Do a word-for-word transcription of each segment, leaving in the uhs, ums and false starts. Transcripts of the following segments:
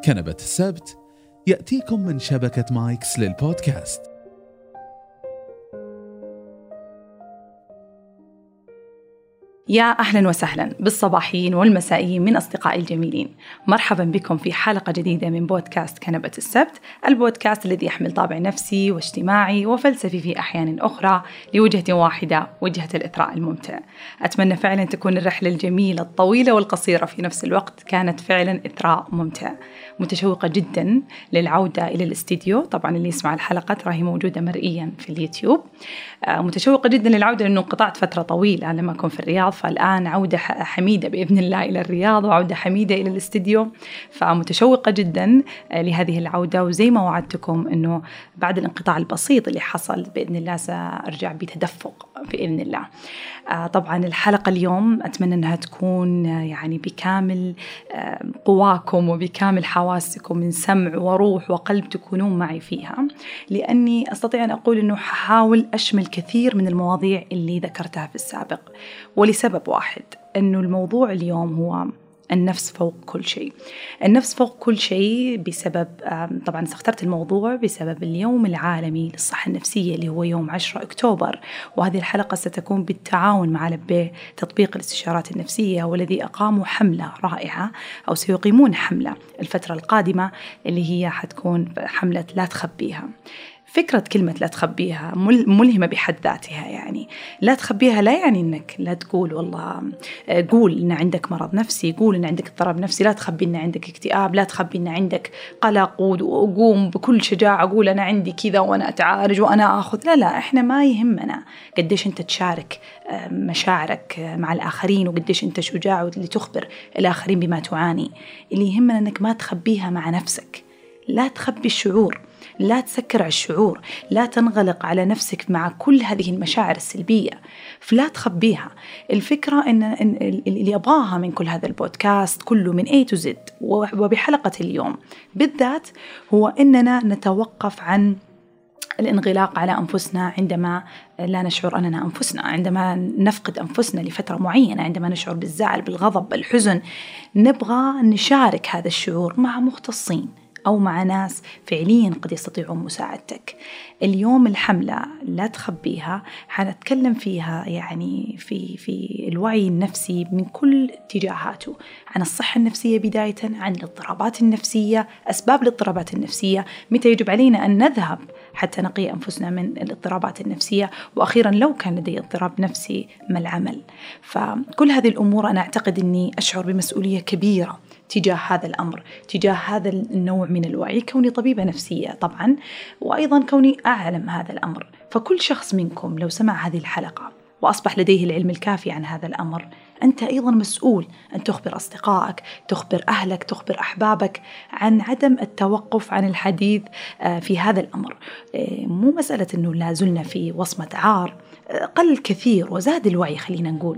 كنبة السبت يأتيكم من شبكة مايكس للبودكاست. يا أهلا وسهلا بالصباحيين والمسائيين من أصدقائي الجميلين. مرحبا بكم في حلقة جديدة من بودكاست كنبة السبت، البودكاست الذي يحمل طابع نفسي واجتماعي وفلسفي في أحيان أخرى لوجهة واحدة، وجهة الإثراء الممتع. أتمنى فعلا تكون الرحلة الجميلة الطويلة والقصيرة في نفس الوقت كانت فعلا إثراء ممتع. متشوقة جدا للعودة إلى الاستديو، طبعا اللي يسمع الحلقة راهي موجودة مرئيا في اليوتيوب. متشوقة جدا للعودة لأنه انقطعت فترة طويلة لما أكون في الرياض، فالآن عودة حميدة بإذن الله إلى الرياض وعودة حميدة إلى الاستديو، فمتشوقة جدا لهذه العودة. وزي ما وعدتكم أنه بعد الانقطاع البسيط اللي حصل بإذن الله سأرجع بتدفق بإذن الله. طبعا الحلقة اليوم أتمنى أنها تكون يعني بكامل قواكم وبكامل حواسكم من سمع وروح وقلب تكونون معي فيها، لأني أستطيع أن أقول أنه حاول أشمل كثير من المواضيع اللي ذكرتها في السابق، ولسبب واحد، أنه الموضوع اليوم هو النفس فوق كل شيء. النفس فوق كل شيء بسبب، طبعا اخترت الموضوع بسبب اليوم العالمي للصحة النفسية اللي هو يوم عشرة أكتوبر، وهذه الحلقة ستكون بالتعاون مع لبيه تطبيق الاستشارات النفسية، والذي أقاموا حملة رائعة أو سيقيمون حملة الفترة القادمة اللي هي حتكون حملة لا تخبيها. فكرة كلمة لا تخبيها ملهمة بحد ذاتها. يعني لا تخبيها لا يعني أنك لا تقول والله قول إن عندك مرض نفسي، قول إن عندك اضطراب نفسي، لا تخبي إن عندك اكتئاب، لا تخبي إن عندك قلق وقوم بكل شجاعة أقول أنا عندي كذا وأنا أتعالج وأنا أخذ. لا لا إحنا ما يهمنا قديش أنت تشارك مشاعرك مع الآخرين وقديش أنت شجاع لتخبر الآخرين بما تعاني. اللي يهمنا أنك ما تخبيها مع نفسك. لا تخبي الشعور، لا تسكر على الشعور، لا تنغلق على نفسك مع كل هذه المشاعر السلبية، فلا تخبيها. الفكرة إن اللي أبغاها من كل هذا البودكاست كله من A to Z وبحلقة اليوم بالذات هو إننا نتوقف عن الانغلاق على أنفسنا عندما لا نشعر أننا أنفسنا، عندما نفقد أنفسنا لفترة معينة، عندما نشعر بالزعل، بالغضب، بالحزن. نبغى نشارك هذا الشعور مع مختصين أو مع ناس فعلياً قد يستطيعون مساعدتك. اليوم الحملة لا تخبيها حنتكلم فيها يعني في في الوعي النفسي من كل اتجاهاته، عن الصحة النفسية بداية، عن الاضطرابات النفسية، أسباب الاضطرابات النفسية، متى يجب علينا أن نذهب حتى نقي أنفسنا من الاضطرابات النفسية، وأخيراً لو كان لدي اضطراب نفسي ما العمل. فكل هذه الأمور أنا أعتقد أني أشعر بمسؤولية كبيرة تجاه هذا الأمر، تجاه هذا النوع من الوعي، كوني طبيبة نفسية طبعاً، وأيضاً كوني أعلم هذا الأمر. فكل شخص منكم لو سمع هذه الحلقة وأصبح لديه العلم الكافي عن هذا الأمر، أنت أيضاً مسؤول أن تخبر أصدقائك، تخبر أهلك، تخبر أحبابك عن عدم التوقف عن الحديث في هذا الأمر. مو مسألة أنه لا زلنا في وصمة عار، قل كثير وزاد الوعي خلينا نقول،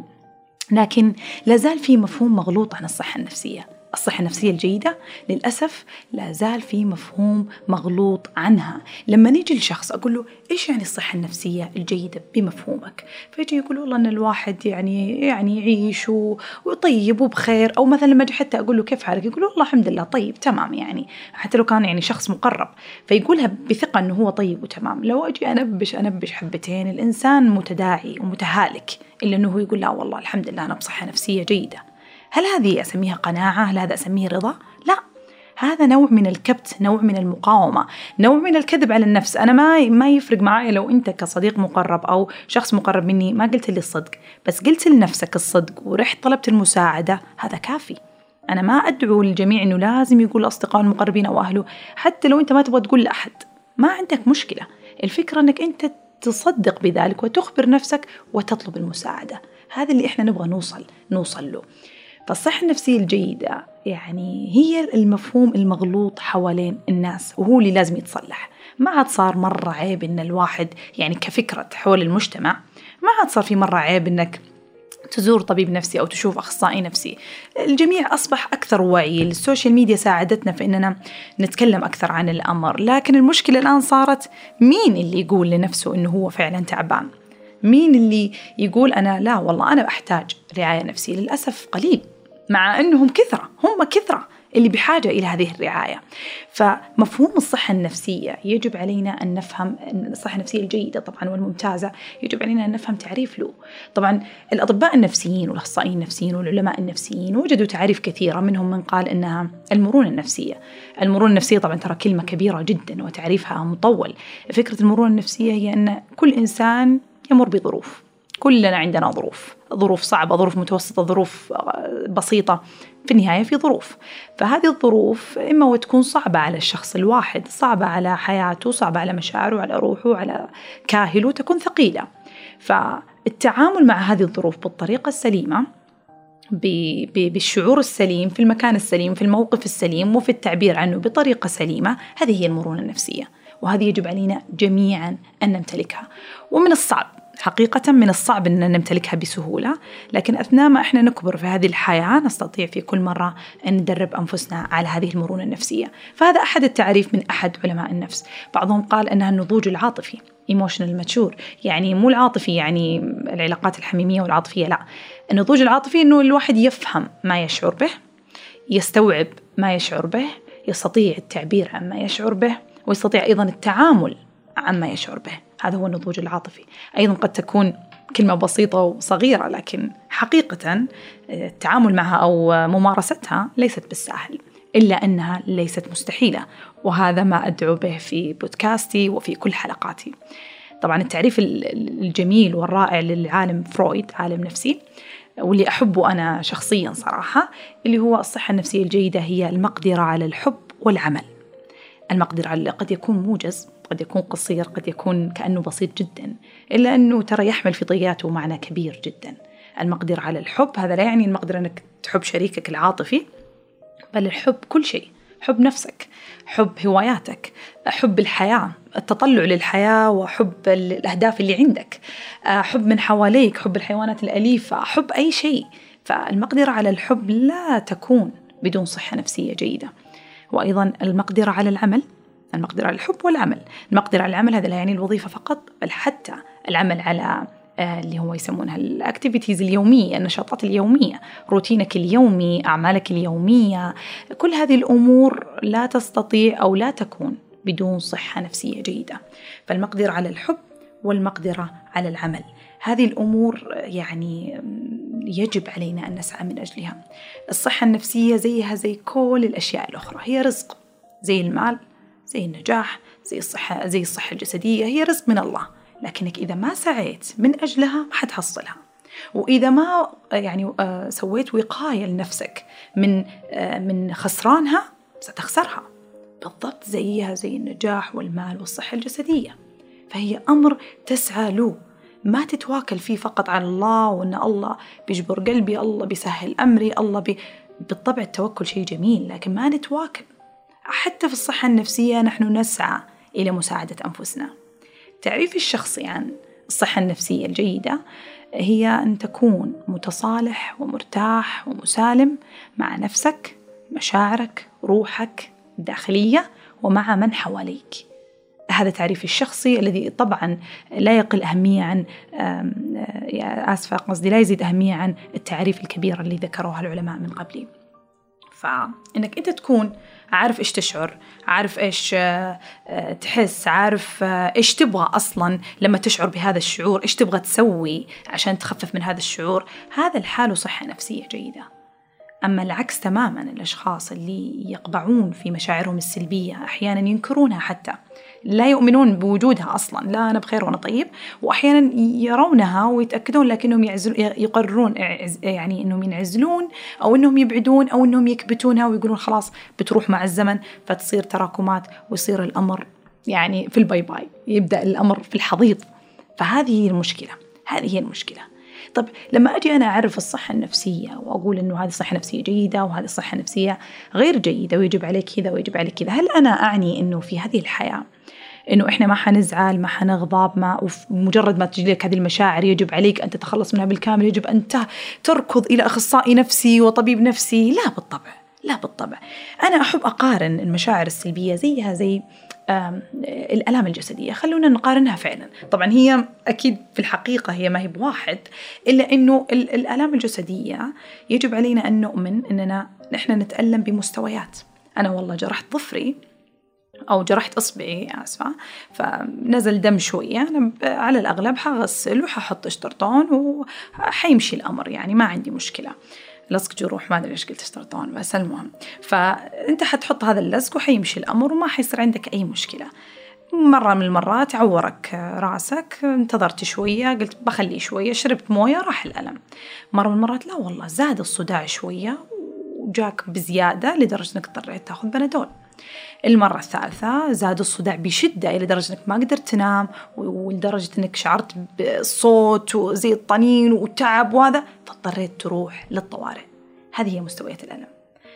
لكن لا زال في مفهوم مغلوط عن الصحة النفسية. الصحة النفسية الجيدة للأسف لا زال في مفهوم مغلوط عنها. لما نيجي لشخص أقول له إيش يعني الصحة النفسية الجيدة بمفهومك، فيجي يقول والله أن الواحد يعني يعني يعيش وطيب وبخير. أو مثلا لما أجي حتى أقول له كيف حالك، يقول والله الحمد لله طيب تمام، يعني حتى لو كان يعني شخص مقرب فيقولها بثقة أنه هو طيب وتمام. لو أجي أنبش أنبش حبتين الإنسان متداعي ومتهالك، إلا أنه هو يقول لا والله الحمد لله أنا بصحة نفسية جيدة. هل هذه أسميها قناعة؟ هل هذا أسميه رضا؟ لا، هذا نوع من الكبت، نوع من المقاومة، نوع من الكذب على النفس. أنا ما ما يفرق معي لو أنت كصديق مقرب أو شخص مقرب مني ما قلت لي الصدق، بس قلت لنفسك الصدق ورحت طلبت المساعدة، هذا كافي. أنا ما أدعو للجميع أنه لازم يقول أصدقاء المقربين أو أهله، حتى لو أنت ما تبغى تقول لأحد ما عندك مشكلة. الفكرة أنك أنت تصدق بذلك وتخبر نفسك وتطلب المساعدة. هذا اللي إحنا نبغى نوصل نوصل له. فالصحة النفسية الجيدة يعني هي المفهوم المغلوط حوالين الناس، وهو اللي لازم يتصلح. ما عاد صار مرة عيب إن الواحد يعني كفكرة حول المجتمع، ما عاد صار في مرة عيب إنك تزور طبيب نفسي أو تشوف أخصائي نفسي. الجميع أصبح أكثر وعي، السوشيال ميديا ساعدتنا في أننا نتكلم أكثر عن الأمر. لكن المشكلة الآن صارت مين اللي يقول لنفسه إنه هو فعلا تعبان؟ مين اللي يقول أنا لا والله أنا أحتاج رعاية نفسية؟ للأسف قليل، مع أنهم كثرة، هم كثرة اللي بحاجة إلى هذه الرعاية. فمفهوم الصحة النفسية يجب علينا أن نفهم، الصحة النفسية الجيدة طبعا والممتازة يجب علينا أن نفهم تعريف له. طبعا الأطباء النفسيين والأخصائيين النفسيين والعلماء النفسيين وجدوا تعريف كثيرة، منهم من قال إنها المرونة النفسية. المرونة النفسية طبعا ترى كلمة كبيرة جدا وتعريفها مطول. فكرة المرونة النفسية هي أن كل إنسان يمر بظروف، كلنا عندنا ظروف، ظروف صعبة، ظروف متوسطة، ظروف بسيطة، في النهاية في ظروف. فهذه الظروف إما وتكون صعبة على الشخص الواحد، صعبة على حياته، صعبة على مشاعره، على روحه، على كاهله، تكون ثقيلة. فالتعامل مع هذه الظروف بالطريقة السليمة، بالشعور السليم، في المكان السليم، في الموقف السليم، وفي التعبير عنه بطريقة سليمة، هذه هي المرونة النفسية، وهذه يجب علينا جميعا أن نمتلكها. ومن الصعب حقيقة، من الصعب أن نمتلكها بسهولة، لكن أثناء ما إحنا نكبر في هذه الحياة نستطيع في كل مرة أن ندرب أنفسنا على هذه المرونة النفسية. فهذا أحد التعريف من أحد علماء النفس. بعضهم قال أنها النضوج العاطفي، emotional mature، يعني مو العاطفي يعني العلاقات الحميمية والعاطفية، لا، النضوج العاطفي أنه الواحد يفهم ما يشعر به، يستوعب ما يشعر به، يستطيع التعبير عن ما يشعر به، ويستطيع أيضا التعامل عما يشعر به. هذا هو النضوج العاطفي. أيضا قد تكون كلمة بسيطة وصغيرة، لكن حقيقة التعامل معها أو ممارستها ليست بالسهل، إلا أنها ليست مستحيلة، وهذا ما أدعو به في بودكاستي وفي كل حلقاتي. طبعا التعريف الجميل والرائع للعالم فرويد، عالم نفسي، واللي أحبه أنا شخصيا صراحة، اللي هو الصحة النفسية الجيدة هي المقدرة على الحب والعمل. المقدرة على قد يكون موجز، قد يكون قصير، قد يكون كأنه بسيط جدا، إلا أنه ترى يحمل في طياته معنى كبير جدا. المقدرة على الحب هذا لا يعني المقدرة أنك تحب شريكك العاطفي، بل الحب كل شيء، حب نفسك، حب هواياتك، حب الحياة، التطلع للحياة، وحب الأهداف اللي عندك، حب من حواليك، حب الحيوانات الأليفة، حب أي شيء. فالمقدرة على الحب لا تكون بدون صحة نفسية جيدة. وأيضا المقدرة على العمل، المقدرة على الحب والعمل. المقدرة على العمل هذا لا يعني الوظيفة فقط، بل حتى العمل على آه اللي هو يسمونها الأكتيفيتيز اليومية، النشاطات اليومية، روتينك اليومي، أعمالك اليومية. كل هذه الأمور لا تستطيع أو لا تكون بدون صحة نفسية جيدة. فالمقدرة على الحب والمقدرة على العمل، هذه الأمور يعني يجب علينا أن نسعى من أجلها. الصحة النفسية زيها زي كل الأشياء الأخرى، هي رزق، زي المال، زي النجاح، زي الصحة، زي الصحة الجسدية، هي رزق من الله. لكنك إذا ما سعيت من أجلها ما حتحصلها، وإذا ما يعني سويت وقاية لنفسك من من خسرانها ستخسرها. بالضبط زيها زي النجاح والمال والصحة الجسدية، فهي أمر تسعى له، ما تتواكل فيه فقط على الله، وأن الله بيجبر قلبي، الله بيسهل أمري، الله بي... بالطبع التوكل شيء جميل، لكن ما نتواكل. حتى في الصحة النفسية نحن نسعى إلى مساعدة أنفسنا. تعريفي الشخصي عن الصحة النفسية الجيدة هي أن تكون متصالح ومرتاح ومسالم مع نفسك، مشاعرك، روحك الداخلية، ومع من حواليك. هذا تعريفي الشخصي الذي طبعا لا يقل أهمية عن آسفة قصدي لا يزيد أهمية عن التعريف الكبيرة اللي ذكروها العلماء من قبلي. فإنك أنت تكون عارف إيش تشعر، عارف إيش تحس، عارف إيش تبغى أصلا لما تشعر بهذا الشعور، إيش تبغى تسوي عشان تخفف من هذا الشعور، هذا الحال صحة نفسية جيدة. أما العكس تماما، الأشخاص اللي يقبعون في مشاعرهم السلبية، أحيانا ينكرونها، حتى لا يؤمنون بوجودها أصلا، لا أنا بخير وأنا طيب، وأحيانا يرونها ويتأكدون لكنهم يقررون يعني أنهم ينعزلون أو أنهم يبعدون أو أنهم يكبتونها ويقولون خلاص بتروح مع الزمن، فتصير تراكمات ويصير الأمر يعني في الباي باي، يبدأ الأمر في الحضيض. فهذه هي المشكلة، هذه هي المشكلة. طب لما أجي أنا أعرف الصحة النفسية وأقول إنه هذه الصحة النفسية جيدة وهذه الصحة النفسية غير جيدة ويجب عليك كذا ويجب عليك كذا، هل أنا أعني إنه في هذه الحياة إنه إحنا ما حنزعل، ما حنغضب، ما ومجرد ما تجي لك هذه المشاعر يجب عليك أن تتخلص منها بالكامل، يجب أن تركض إلى أخصائي نفسي وطبيب نفسي؟ لا بالطبع، لا بالطبع. أنا أحب أقارن المشاعر السلبية زيها زي الآلام الجسدية خلونا نقارنها فعلا. طبعا هي أكيد في الحقيقة هي ما هي بواحد، إلا أنه الآلام الجسدية يجب علينا أن نؤمن أننا نحن نتألم بمستويات. أنا والله جرحت ظفري أو جرحت إصبعي آسفة فنزل دم شوية، أنا على الأغلب حغسل وححط اشترطون وحيمشي الأمر، يعني ما عندي مشكلة. لصق جروح ما أدري إيش قلت اشترطون بس المهم، فأنت حتحط هذا اللزق وحيمشي الأمر وما حيصير عندك أي مشكلة. مرة من المرات عورك رأسك، انتظرت شوية قلت بخليه شوية، شربت موية راح الألم. مرة من المرات لا والله زاد الصداع شوية وجاك بزيادة لدرجة أنك اضطريت تاخذ بنادول. المرة الثالثة زاد الصداع بشدة إلى درجة أنك ما قدرت تنام، ولدرجة أنك شعرت بالصوت وزي الطنين وتعب وهذا، فاضطريت تروح للطوارئ. هذه هي مستويات الألم.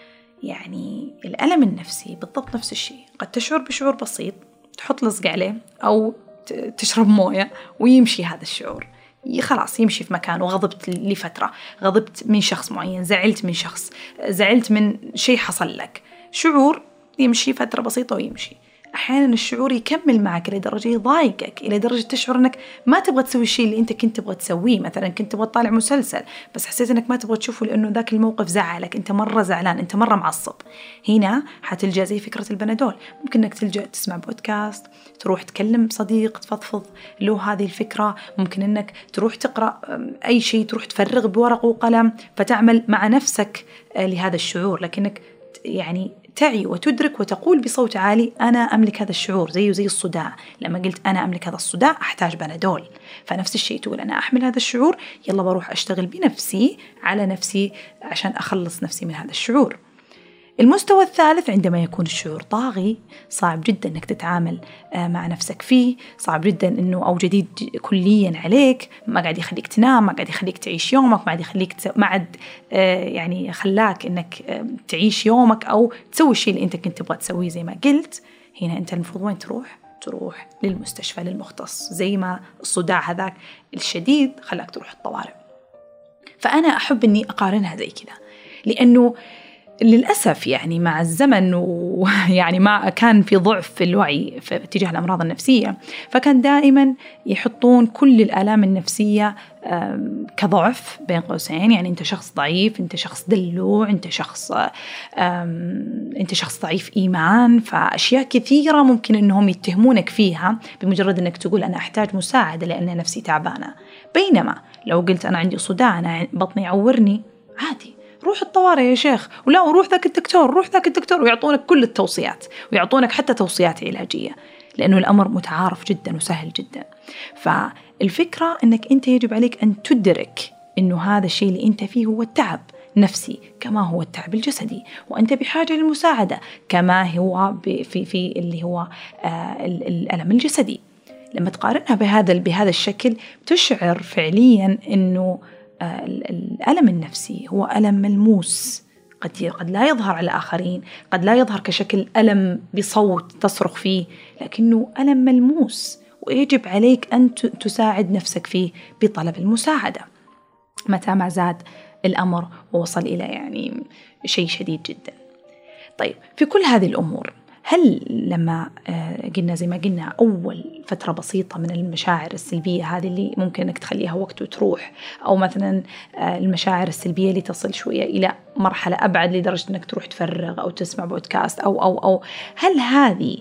يعني الألم النفسي بالضبط نفس الشيء، قد تشعر بشعور بسيط تحط لصق عليه أو تشرب موية ويمشي هذا الشعور، خلاص يمشي في مكانه. غضبت لفترة، غضبت من شخص معين، زعلت من شخص، زعلت من شيء حصل لك، شعور يمشي فترة بسيطة ويمشي. أحيانا الشعور يكمل معك إلى درجة يضايقك، إلى درجة تشعر أنك ما تبغى تسوي الشيء اللي أنت كنت تبغى تسويه. مثلا كنت تبغى تطالع مسلسل بس حسيت أنك ما تبغى تشوفه لأنه ذاك الموقف زعلك، أنت مرة زعلان، أنت مرة معصب. هنا حتلجأ زي فكرة البنادول، ممكن أنك تلجأ تسمع بودكاست، تروح تكلم صديق تفضفض له هذه الفكرة، ممكن أنك تروح تقرأ أي شيء، تروح تفرغ بورق وقلم فتعمل مع نفسك لهذا الشعور، لكنك يعني تعي وتدرك وتقول بصوت عالي أنا أملك هذا الشعور. زيه زي الصداع، لما قلت أنا أملك هذا الصداع أحتاج بنادول، فنفس الشيء تقول أنا أحمل هذا الشعور، يلا بروح أشتغل بنفسي على نفسي عشان أخلص نفسي من هذا الشعور. المستوى الثالث عندما يكون الشعور طاغي، صعب جدا أنك تتعامل مع نفسك فيه، صعب جدا أنه أو جديد كليا عليك، ما قاعد يخليك تنام، ما قاعد يخليك تعيش يومك، ما قاعد يخليك تس... ما عاد يعني خلاك أنك تعيش يومك أو تسوي الشيء اللي أنت كنت تبغى تسويه زي ما قلت. هنا أنت المفروض وين تروح؟ تروح للمستشفى للمختص، زي ما الصداع هذاك الشديد خلاك تروح الطوارئ. فأنا أحب أني أقارنها زي كذا، لأنه للأسف يعني مع الزمن ويعني ما كان في ضعف في الوعي في اتجاه الأمراض النفسية، فكان دائما يحطون كل الآلام النفسية كضعف بين قوسين، يعني أنت شخص ضعيف، أنت شخص دلوع، أنت شخص أنت شخص ضعيف إيمان. فأشياء كثيرة ممكن أنهم يتهمونك فيها بمجرد أنك تقول أنا أحتاج مساعدة لأن نفسي تعبانة. بينما لو قلت أنا عندي صداع، أنا بطني يعورني، عادي روح الطوارئ يا شيخ، ولا روح ذاك الدكتور، روح ذاك الدكتور، ويعطونك كل التوصيات، ويعطونك حتى توصيات علاجية، لأنه الأمر متعارف جدا وسهل جدا. فالفكرة أنك أنت يجب عليك أن تدرك أنه هذا الشيء اللي أنت فيه هو التعب نفسي كما هو التعب الجسدي، وأنت بحاجة للمساعدة كما هو في في اللي هو آه الألم الجسدي. لما تقارنها بهذا بهذا الشكل تشعر فعليا أنه الألم النفسي هو ألم ملموس، قد قد لا يظهر على الآخرين، قد لا يظهر كشكل ألم بصوت تصرخ فيه، لكنه ألم ملموس، ويجب عليك أن تساعد نفسك فيه بطلب المساعدة متى ما زاد الأمر ووصل إلى يعني شيء شديد جدا. طيب في كل هذه الأمور، هل لما قلنا زي ما قلنا أول فترة بسيطة من المشاعر السلبية هذه اللي ممكن أنك تخليها وقت وتروح، أو مثلا المشاعر السلبية اللي تصل شوية إلى مرحلة أبعد لدرجة أنك تروح تفرغ أو تسمع بودكاست أو أو أو هل هذه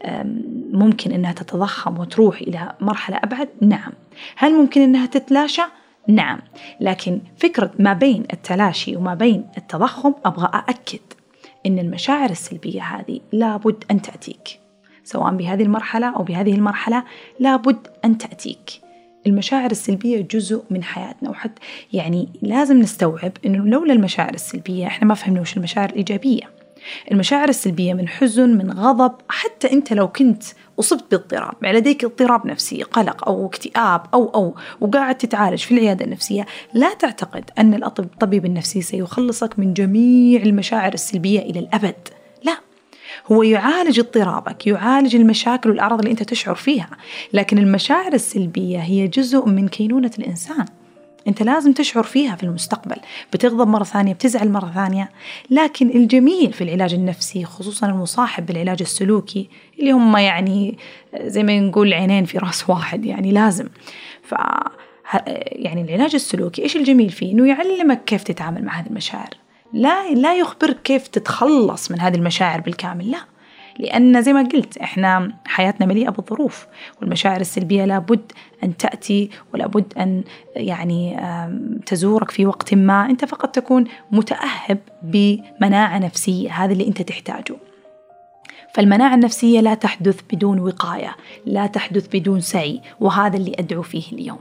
ممكن أنها تتضخم وتروح إلى مرحلة أبعد؟ نعم. هل ممكن أنها تتلاشى؟ نعم. لكن فكرة ما بين التلاشي وما بين التضخم أبغى أأكد إن المشاعر السلبية هذه لابد أن تأتيك، سواء بهذه المرحلة أو بهذه المرحلة لابد أن تأتيك. المشاعر السلبية جزء من حياتنا، وحتى يعني لازم نستوعب إنه لولا المشاعر السلبية إحنا ما فهمنا وش المشاعر الإيجابية. المشاعر السلبية من حزن، من غضب، حتى أنت لو كنت أصبت باضطراب، لديك اضطراب نفسي، قلق أو اكتئاب أو أو وقاعد تتعالج في العيادة النفسية، لا تعتقد أن الطبيب النفسي سيخلصك من جميع المشاعر السلبية إلى الأبد. لا، هو يعالج اضطرابك، يعالج المشاكل والأعراض اللي أنت تشعر فيها، لكن المشاعر السلبية هي جزء من كينونة الإنسان. أنت لازم تشعر فيها في المستقبل، بتغضب مرة ثانية، بتزعل مرة ثانية. لكن الجميل في العلاج النفسي خصوصا المصاحب بالعلاج السلوكي اللي هم يعني زي ما نقول عينين في رأس واحد، يعني لازم ف يعني العلاج السلوكي إيش الجميل فيه؟ إنه يعلمك كيف تتعامل مع هذه المشاعر، لا لا يخبرك كيف تتخلص من هذه المشاعر بالكامل، لا، لأن زي ما قلت إحنا حياتنا مليئة بالظروف، والمشاعر السلبية لابد أن تأتي ولابد أن يعني تزورك في وقت ما. أنت فقط تكون متأهب بمناعة نفسية، هذا اللي أنت تحتاجه. فالمناعة النفسية لا تحدث بدون وقاية، لا تحدث بدون سعي، وهذا اللي أدعو فيه اليوم.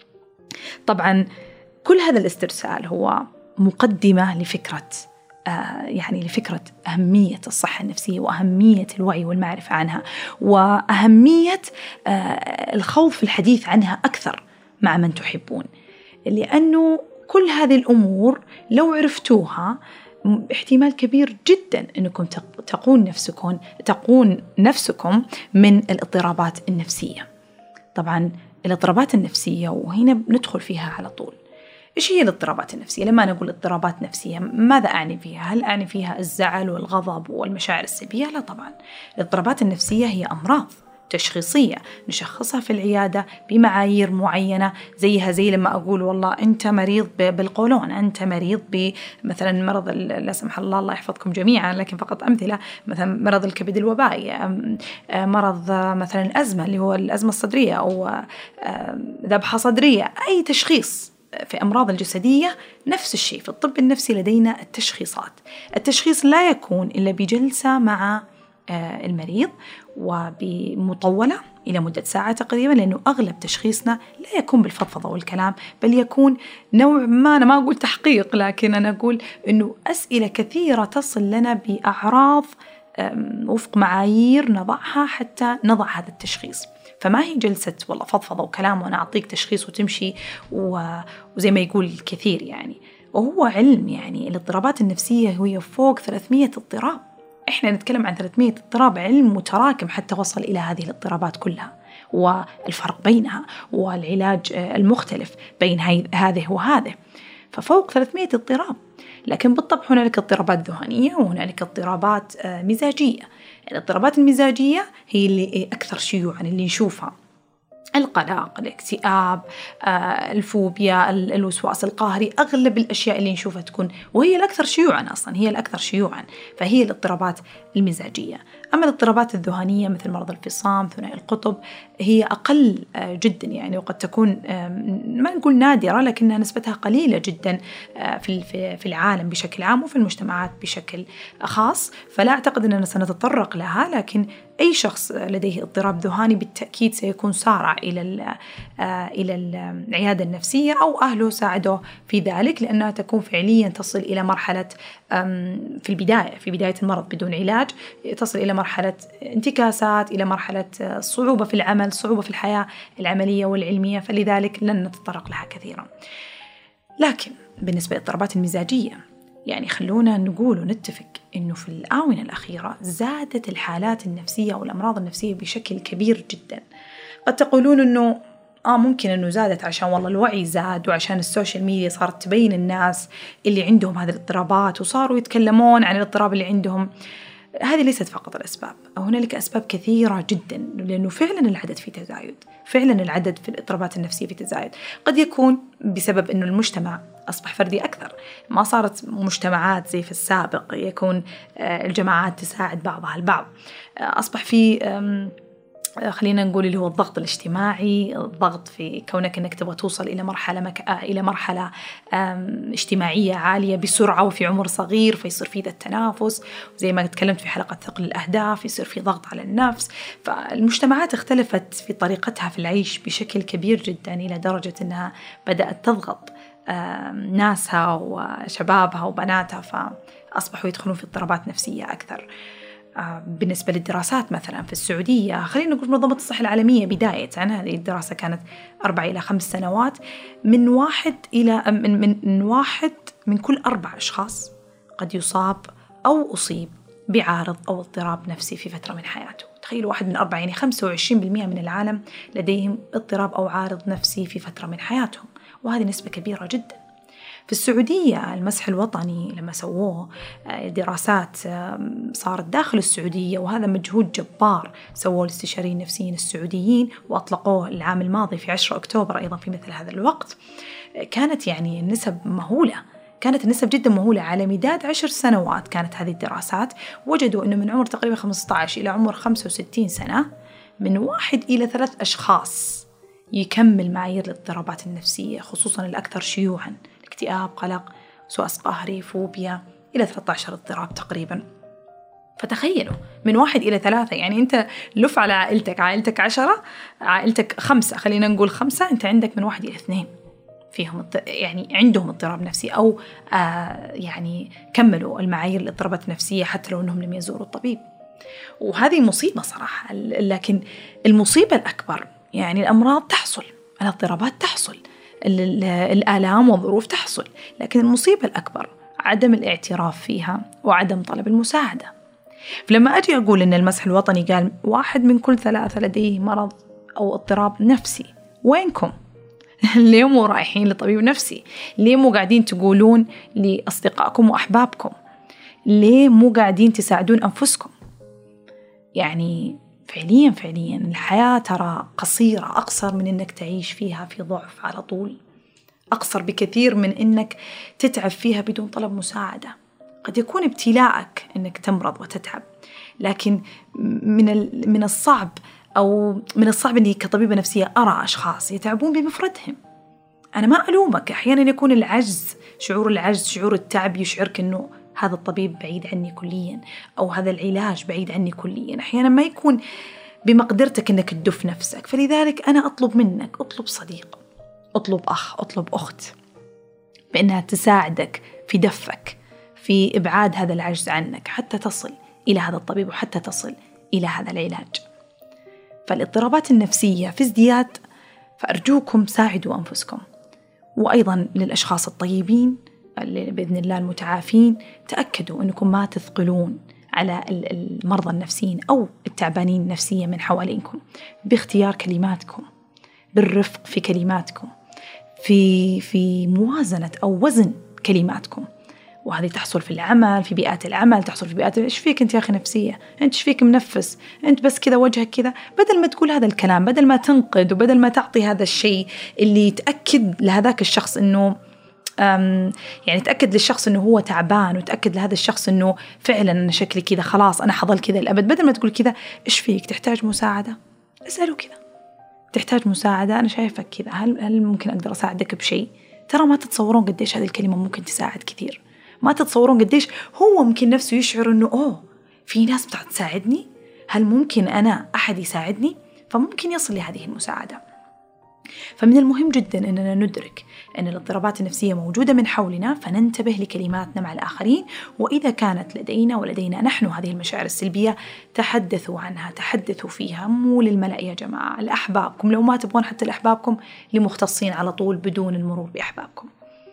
طبعا كل هذا الاسترسال هو مقدمة لفكرة آه يعني لفكرة أهمية الصحة النفسية وأهمية الوعي والمعرفة عنها، وأهمية آه الخوض في الحديث عنها أكثر مع من تحبون، لأنه كل هذه الأمور لو عرفتوها احتمال كبير جدا أنكم تقون نفسكم تقون نفسكم من الاضطرابات النفسية. طبعا الاضطرابات النفسية وهنا ندخل فيها على طول. إيش هي الاضطرابات النفسية؟ لما نقول اضطرابات نفسية ماذا أعني فيها؟ هل أعني فيها الزعل والغضب والمشاعر السلبية؟ لا طبعا. الاضطرابات النفسية هي أمراض تشخيصية نشخصها في العيادة بمعايير معينة، زيها زي لما أقول والله أنت مريض بالقولون، أنت مريض بمثلا مرض لا سمح الله، الله يحفظكم جميعا لكن فقط أمثلة، مثلا مرض الكبد الوبائي، مرض مثلا الأزمة اللي هو الأزمة الصدرية أو ذبحة صدرية. أي تشخيص في أمراض الجسدية نفس الشيء في الطب النفسي لدينا التشخيصات. التشخيص لا يكون إلا بجلسة مع المريض وبمطولة إلى مدة ساعة تقريبا، لأنه أغلب تشخيصنا لا يكون بالفضفضة والكلام، بل يكون نوع ما، أنا ما أقول تحقيق لكن أنا أقول أنه أسئلة كثيرة تصل لنا بأعراض وفق معايير نضعها حتى نضع هذا التشخيص. فما هي جلسة والله فضفضة وكلام وأنا أعطيك تشخيص وتمشي وزي ما يقول الكثير يعني. وهو علم يعني الاضطرابات النفسية هي فوق ثلاثمية اضطراب، إحنا نتكلم عن ثلاثمية اضطراب، علم متراكم حتى وصل إلى هذه الاضطرابات كلها والفرق بينها والعلاج المختلف بين هذه وهذه، ففوق ثلاثمية اضطراب. لكن بالطبع هنالك اضطرابات ذهنية وهنالك اضطرابات مزاجية. الاضطرابات المزاجية هي اللي أكثر شيوعاً اللي نشوفها، القلق، الاكتئاب، الفوبيا، الوسواس القهري، أغلب الأشياء اللي نشوفها تكون وهي الأكثر شيوعاً، أصلاً هي الأكثر شيوعاً، فهي الاضطرابات المزاجية. أما الاضطرابات الذهنية مثل مرض الفصام، ثنائي القطب، هي أقل جداً يعني، وقد تكون ما نقول نادرة لكنها نسبتها قليلة جداً في في العالم بشكل عام وفي المجتمعات بشكل خاص، فلا أعتقد أننا سنتطرق لها. لكن أي شخص لديه اضطراب ذهاني بالتأكيد سيكون سارع إلى إلى العيادة النفسية أو أهله ساعدوه في ذلك، لأنها تكون فعليا تصل إلى مرحلة في البداية في بداية المرض بدون علاج، تصل إلى مرحلة انتكاسات، إلى مرحلة صعوبة في العمل، صعوبة في الحياة العملية والعلمية، فلذلك لن نتطرق لها كثيرا. لكن بالنسبة للاضطرابات المزاجية يعني خلونا نقول ونتفق إنه في الآونة الأخيرة زادت الحالات النفسية والأمراض النفسية بشكل كبير جدا. قد تقولون إنه آه ممكن إنه زادت عشان والله الوعي زاد وعشان السوشيال ميديا صارت تبين الناس اللي عندهم هذه الاضطرابات وصاروا يتكلمون عن الاضطراب اللي عندهم. هذه ليست فقط الأسباب، هنالك أسباب كثيرة جدا، لأنه فعلا العدد في تزايد، فعلا العدد في الاضطرابات النفسية في تزايد. قد يكون بسبب أنه المجتمع أصبح فردي أكثر، ما صارت مجتمعات زي في السابق يكون الجماعات تساعد بعضها البعض، أصبح في خلينا نقول اللي هو الضغط الاجتماعي، الضغط في كونك أنك تبغى توصل إلى مرحلة مك... إلى مرحلة اجتماعية عالية بسرعة وفي عمر صغير، فيصير في ذا التنافس، وزي ما تكلمت في حلقة ثقل الأهداف يصير في ضغط على النفس. فالمجتمعات اختلفت في طريقتها في العيش بشكل كبير جدا، إلى درجة أنها بدأت تضغط ناسها وشبابها وبناتها، فأصبحوا يدخلون في اضطرابات نفسية أكثر. بالنسبة للدراسات مثلا في السعودية، خلينا نقول منظمة الصحة العالمية بداية، هذه الدراسة كانت أربع إلى خمس سنوات، من واحد إلى من, من, من واحد من كل أربع أشخاص قد يصاب أو أصيب بعارض أو اضطراب نفسي في فترة من حياته. تخيلوا واحد من أربعة، يعني خمسة وعشرين بالمئة من العالم لديهم اضطراب أو عارض نفسي في فترة من حياتهم، وهذه نسبة كبيرة جدا. في السعودية المسح الوطني لما سووه دراسات صارت داخل السعودية، وهذا مجهود جبار سووه الاستشاريين النفسيين السعوديين وأطلقوه العام الماضي في عشرة أكتوبر أيضا في مثل هذا الوقت. كانت يعني النسب مهولة، كانت النسب جدا مهولة. على مداد عشر سنوات كانت هذه الدراسات، وجدوا أنه من عمر تقريبا خمسة عشر إلى عمر خمسة وستين سنة من واحد إلى ثلاث أشخاص يكمل معايير الاضطرابات النفسية، خصوصا الأكثر شيوعا: اكتئاب، قلق، وسواس قهري، فوبيا، إلى ثلاثة عشر اضطراب تقريبا. فتخيلوا من واحد إلى ثلاثة، يعني أنت لف على عائلتك، عائلتك عشرة، عائلتك خمسة، خلينا نقول خمسة، أنت عندك من واحد إلى اثنين فيهم يعني عندهم اضطراب نفسي أو آه يعني كملوا المعايير الاضطرابات النفسية حتى لو أنهم لم يزوروا الطبيب. وهذه مصيبة صراحة. لكن المصيبة الأكبر يعني الأمراض تحصل، الاضطرابات تحصل، الآلام والظروف تحصل، لكن المصيبة الأكبر عدم الاعتراف فيها وعدم طلب المساعدة. فلما أجي أقول إن المسح الوطني قال واحد من كل ثلاثة لديه مرض أو اضطراب نفسي، وينكم؟ ليه مو رايحين لطبيب نفسي؟ ليه مو قاعدين تقولون لأصدقائكم وأحبابكم؟ ليه مو قاعدين تساعدون أنفسكم؟ يعني فعليا فعليا الحياة ترى قصيرة، أقصر من إنك تعيش فيها في ضعف على طول، أقصر بكثير من إنك تتعب فيها بدون طلب مساعدة. قد يكون ابتلاءك إنك تمرض وتتعب، لكن من من الصعب أو من الصعب إني كطبيبة نفسية أرى أشخاص يتعبون بمفردهم. أنا ما ألومك، أحيانا يكون العجز، شعور العجز، شعور التعب يشعرك إنه هذا الطبيب بعيد عني كليا، أو هذا العلاج بعيد عني كليا. أحيانا ما يكون بمقدرتك إنك تدف نفسك، فلذلك أنا أطلب منك، أطلب صديق، أطلب أخ، أطلب أخت بأنها تساعدك في دفك، في إبعاد هذا العجز عنك حتى تصل إلى هذا الطبيب وحتى تصل إلى هذا العلاج. فالاضطرابات النفسية في ازدياد، فأرجوكم ساعدوا أنفسكم. وأيضا للأشخاص الطيبين بإذن الله المتعافين، تأكدوا أنكم ما تثقلون على المرضى النفسيين أو التعبانين نفسيا من حوالينكم باختيار كلماتكم، بالرفق في كلماتكم، في في موازنة أو وزن كلماتكم. وهذه تحصل في العمل، في بيئات العمل، تحصل في بيئات إيش فيك أنت يا أخي نفسية، أنت إيش فيك منفس، أنت بس كذا وجهك كذا. بدل ما تقول هذا الكلام، بدل ما تنقد، وبدل ما تعطي هذا الشيء اللي تأكد لهذاك الشخص إنه يعني تأكد للشخص إنه هو تعبان، وتأكد لهذا الشخص إنه فعلا أنا شكلي كذا، خلاص أنا حظل كذا الأبد، بدل ما تقول كذا إيش فيك، تحتاج مساعدة، اسأله كذا، تحتاج مساعدة، أنا شايفك كذا، هل هل ممكن أقدر أساعدك بشيء؟ ترى ما تتصورون قديش هذه الكلمة ممكن تساعد كثير، ما تتصورون قديش هو ممكن نفسه يشعر إنه أوه في ناس بتاعت تساعدني، هل ممكن أنا أحد يساعدني؟ فممكن يصل لهذه المساعدة. فمن المهم جدا أننا ندرك أن الاضطرابات النفسية موجودة من حولنا، فننتبه لكلماتنا مع الآخرين، وإذا كانت لدينا ولدينا نحن هذه المشاعر السلبية تحدثوا عنها، تحدثوا فيها، مو للملأ يا جماعة، لأحبابكم، لو ما تبغون حتى لأحبابكم لمختصين على طول بدون المرور بأحبابكم.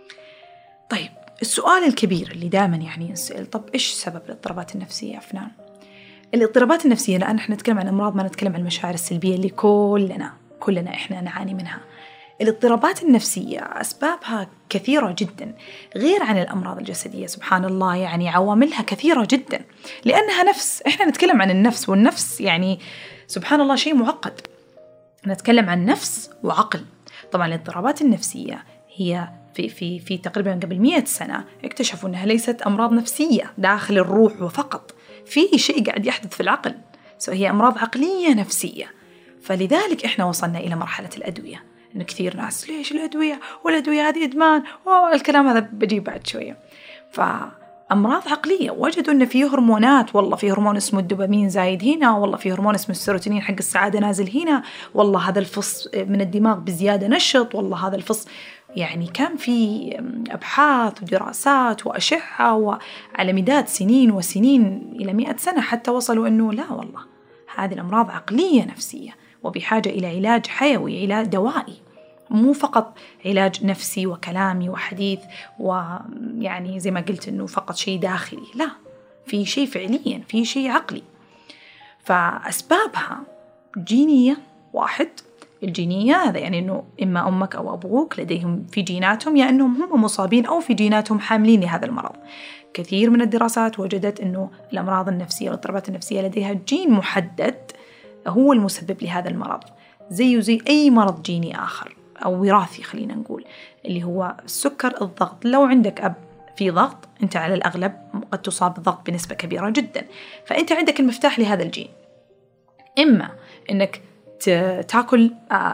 طيب السؤال الكبير اللي دائما يعني نسأل، طب إيش سبب الاضطرابات النفسية يا فنان؟ الاضطرابات النفسية، لأن احنا نتكلم عن أمراض، ما نتكلم عن المشاعر السلبية اللي كلنا كلنا إحنا نعاني منها. الاضطرابات النفسية أسبابها كثيرة جدا، غير عن الأمراض الجسدية، سبحان الله، يعني عواملها كثيرة جدا، لأنها نفس، إحنا نتكلم عن النفس، والنفس يعني سبحان الله شيء معقد، نتكلم عن نفس وعقل. طبعا الاضطرابات النفسية هي في في في تقريبا قبل مئة سنة اكتشفوا أنها ليست أمراض نفسية داخل الروح وفقط، في شيء قاعد يحدث في العقل، هي أمراض عقلية نفسية. فلذلك إحنا وصلنا إلى مرحلة الأدوية، إن كثير ناس ليش الأدوية، والأدوية هذه إدمان، والكلام هذا بجيب بعد شوية. فأمراض عقلية، وجدوا إن في هرمونات، والله في هرمون اسمه الدوبامين زايد هنا، والله في هرمون اسمه السيروتونين حق السعادة نازل هنا، والله هذا الفص من الدماغ بزيادة نشط، والله هذا الفص. يعني كان في أبحاث ودراسات وأشعة وعلى مداد سنين وسنين إلى مئة سنة حتى وصلوا إنه لا والله هذه الأمراض عقلية نفسية، وبحاجة إلى علاج حيوي، علاج دوائي، مو فقط علاج نفسي وكلامي وحديث، ويعني زي ما قلت إنه فقط شيء داخلي، لا، في شيء فعليا، في شيء عقلي. فأسبابها جينية واحد، الجينية هذا يعني أنه إما أمك أو أبوك لديهم في جيناتهم يا أنهم هم مصابين أو في جيناتهم حاملين لهذا المرض. كثير من الدراسات وجدت أنه الأمراض النفسية والاضطرابات النفسية لديها جين محدد هو المسبب لهذا المرض، زيه زي أي مرض جيني آخر أو وراثي خلينا نقول، اللي هو السكر، الضغط. لو عندك أب في ضغط أنت على الأغلب قد تصاب بالضغط بنسبة كبيرة جدا، فأنت عندك المفتاح لهذا الجين. إما أنك تاكل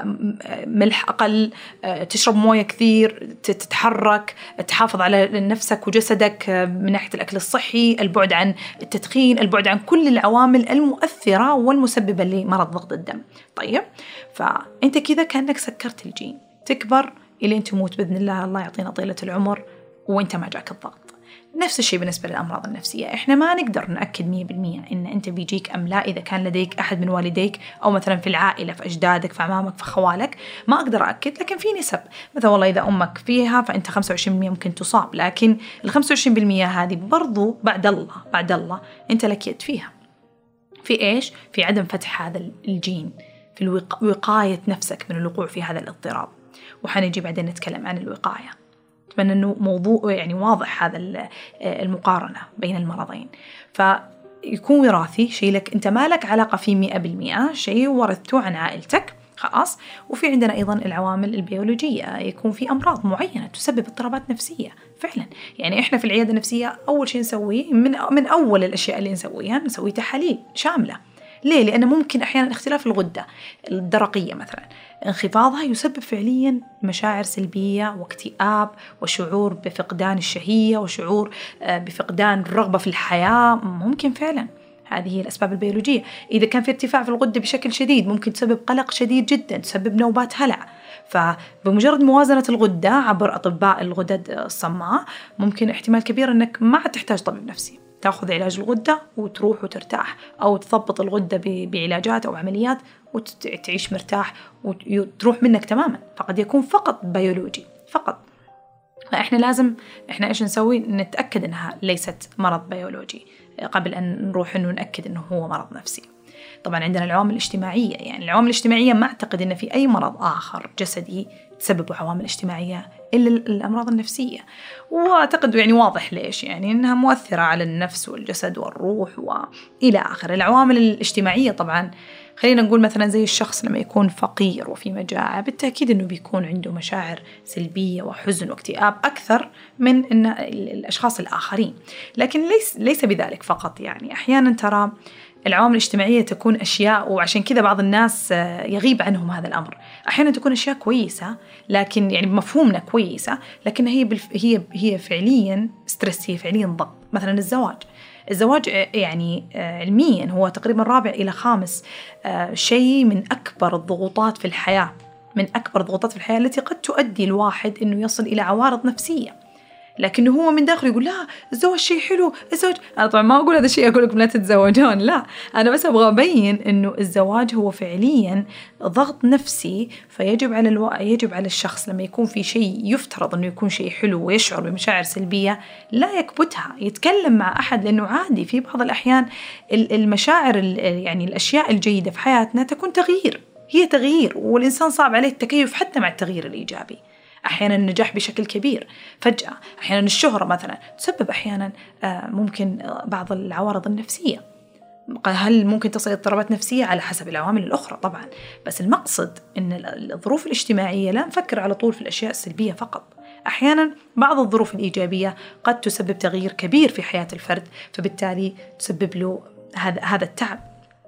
ملح أقل، تشرب موية كثير، تتحرك، تحافظ على نفسك وجسدك من ناحية الأكل الصحي، البعد عن التدخين، البعد عن كل العوامل المؤثرة والمسببة لمرض ضغط الدم. طيب، فأنت كذا كأنك سكرت الجين، تكبر إلى أن تموت بإذن الله، الله يعطينا طيلة العمر وإنت ما جاك الضغط. نفس الشيء بالنسبة للأمراض النفسية، إحنا ما نقدر نأكد مية بالمية إن أنت بيجيك أم لا إذا كان لديك أحد من والديك أو مثلا في العائلة في أجدادك في أعمامك في خوالك، ما أقدر أأكد، لكن في نسب. مثلا والله إذا أمك فيها فأنت خمسة وعشرين بالمية ممكن تصاب، لكن ال خمسة وعشرين بالمية هذه برضو بعد الله بعد الله أنت لك يد فيها. في إيش؟ في عدم فتح هذا الجين، في وقاية نفسك من الوقوع في هذا الاضطراب، وحنجي بعدين نتكلم عن الوقاية. أتمنى أنه موضوع يعني واضح هذا المقارنة بين المرضين. فيكون وراثي، شيء لك أنت ما لك علاقة فيه مئة بالمئة، شيء ورثته عن عائلتك خلاص. وفي عندنا أيضا العوامل البيولوجية، يكون في أمراض معينة تسبب اضطرابات نفسية فعلا. يعني إحنا في العيادة النفسية أول شيء نسويه من, من أول الأشياء اللي نسويها نسوي تحاليل شاملة. ليه؟ لأن ممكن أحيانا اختلاف الغدة الدرقية مثلا انخفاضها يسبب فعليا مشاعر سلبية واكتئاب وشعور بفقدان الشهية وشعور بفقدان الرغبة في الحياة. ممكن فعلا، هذه هي الأسباب البيولوجية. إذا كان في ارتفاع في الغدة بشكل شديد ممكن تسبب قلق شديد جدا، تسبب نوبات هلع. فبمجرد موازنة الغدة عبر أطباء الغدد الصماء ممكن احتمال كبير أنك ما تحتاج طبيب نفسي، تأخذ علاج الغدة وتروح وترتاح، أو تضبط الغدة بعلاجات أو عمليات وتعيش مرتاح وتروح منك تماما. فقد يكون فقط بيولوجي فقط. فإحنا لازم إحنا إيش نسوي؟ نتأكد أنها ليست مرض بيولوجي قبل أن نروح إنه نأكد إنه هو مرض نفسي. طبعا عندنا العوامل الاجتماعية، يعني العوامل الاجتماعية ما أعتقد إن في أي مرض آخر جسدي تسبب عوامل اجتماعية إلا الأمراض النفسية. وأعتقد يعني واضح ليش، يعني إنها مؤثرة على النفس والجسد والروح وإلى آخر. العوامل الاجتماعية طبعا خلينا نقول مثلا زي الشخص لما يكون فقير وفي مجاعة، بالتأكيد إنه بيكون عنده مشاعر سلبية وحزن واكتئاب أكثر من إن الأشخاص الآخرين. لكن ليس ليس بذلك فقط، يعني أحيانا ترى العوامل الاجتماعية تكون أشياء، وعشان كذا بعض الناس يغيب عنهم هذا الأمر، أحيانا تكون أشياء كويسة لكن يعني بمفهومنا كويسة، لكن هي بالف... هي هي فعليا ستريس، هي فعليا ضغط. مثلا الزواج الزواج يعني علميا هو تقريبا رابع إلى خامس شيء من أكبر الضغوطات في الحياة، من أكبر الضغوطات في الحياة التي قد تؤدي الواحد إنه يصل إلى عوارض نفسية. لكنه هو من داخله يقول لا الزواج شيء حلو، الزواج. أنا طبعا ما أقول هذا الشيء أقول لكم لا تتزوجون، لا، أنا بس أبغى أبين إنه الزواج هو فعليا ضغط نفسي. فيجب على الو... يجب على الشخص لما يكون في شيء يفترض إنه يكون شيء حلو ويشعر بمشاعر سلبية لا يكبتها، يتكلم مع أحد، لأنه عادي في بعض الأحيان المشاعر يعني الأشياء الجيدة في حياتنا تكون تغيير، هي تغيير، والإنسان صعب عليه التكيف حتى مع التغيير الإيجابي. أحيانا النجاح بشكل كبير فجأة، أحيانا الشهرة مثلا تسبب أحيانا ممكن بعض العوارض النفسية. هل ممكن تصل اضطرابات نفسية؟ على حسب العوامل الأخرى طبعا، بس المقصد أن الظروف الاجتماعية لا نفكر على طول في الأشياء السلبية فقط. أحيانا بعض الظروف الإيجابية قد تسبب تغيير كبير في حياة الفرد، فبالتالي تسبب له هذا هذا التعب.